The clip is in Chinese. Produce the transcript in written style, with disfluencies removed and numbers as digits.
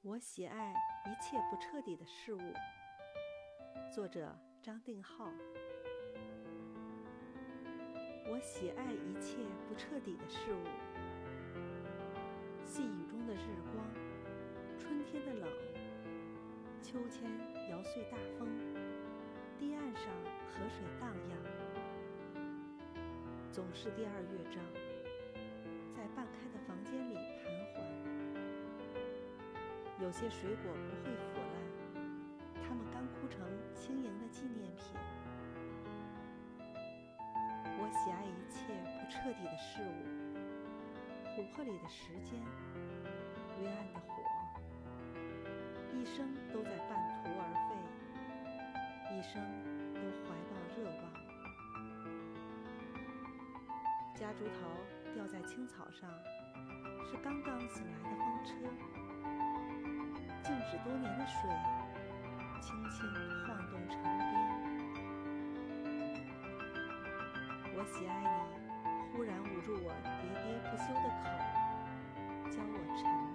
我喜爱一切不彻底的事物。作者张定浩。我喜爱一切不彻底的事物。细雨中的日光，春天的冷，秋千摇碎大风，堤岸上河水荡漾。总是第二乐章，在半开的房间里盘桓。有些水果不会腐烂，它们干枯成轻盈的纪念品。我喜爱一切不彻底的事物。琥珀里的时间，微暗的火，一生都在半途而废，一生都怀抱热望。夹竹桃掉在青草上，是刚刚醒来的风车。静止多年的水，轻轻晃动成冰。我喜爱你忽然捂住我喋喋不休的口，教我沉默。